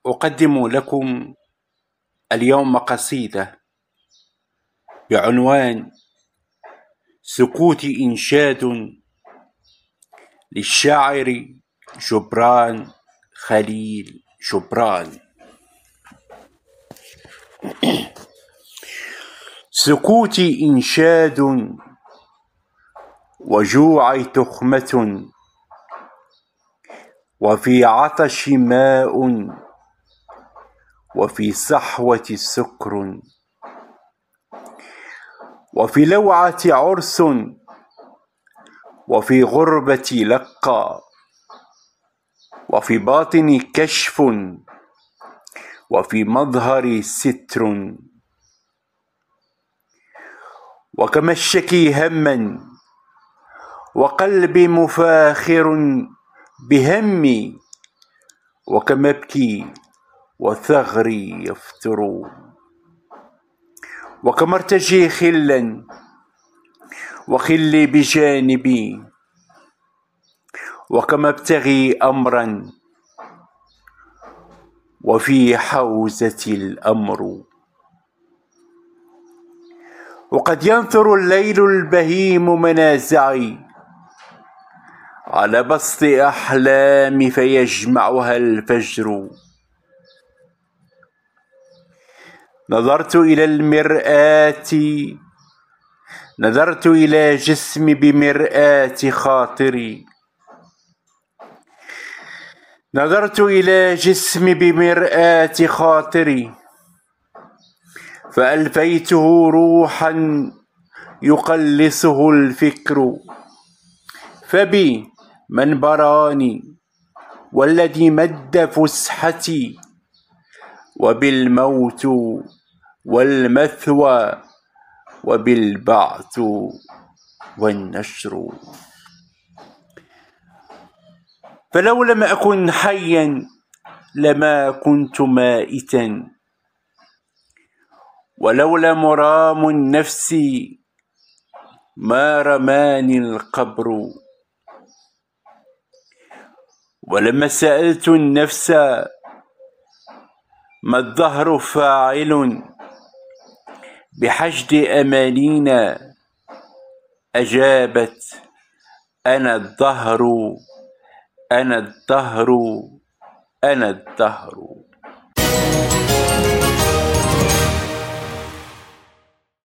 أقدم لكم اليوم قصيدة بعنوان سكوتي إنشاد للشاعر جبران خليل جبران. سكوتي إنشاد وجوعي تخمة، وفي عطشي ماء، وفي صحوتي سكر، وفي لوعة عرس، وفي غربتي لقى، وفي باطني كشف، وفي مظهري ستر. وكما اشتكي هما وقلبي مفاخر بهمي، وكما ابكي وثغري يفتر، وكما ارتجي خلا وخلي بجانبي، وكما ابتغي أمرا وفي حوزتي الأمر. وقد ينثر الليل البهيم منازعي على بسط أحلامي فيجمعها الفجر. نظرت إلى المرآة، نظرت إلى جسمي بمرآة خاطري، نظرت إلى جسمي بمرآة خاطري، فألفيته روحا يقلصه الفكر. فبي من براني والذي مد فسحتي، وبالموت والمثوى وبالبعث والنشر. فلو لم أكن حيا لما كنت مائتا، ولولا مرام النفس ما رماني القبر. ولما سألت النفس ما الدهر فاعل بحشد أمانينا، أجابت أنا الدهر، أنا الدهر، أنا الدهر.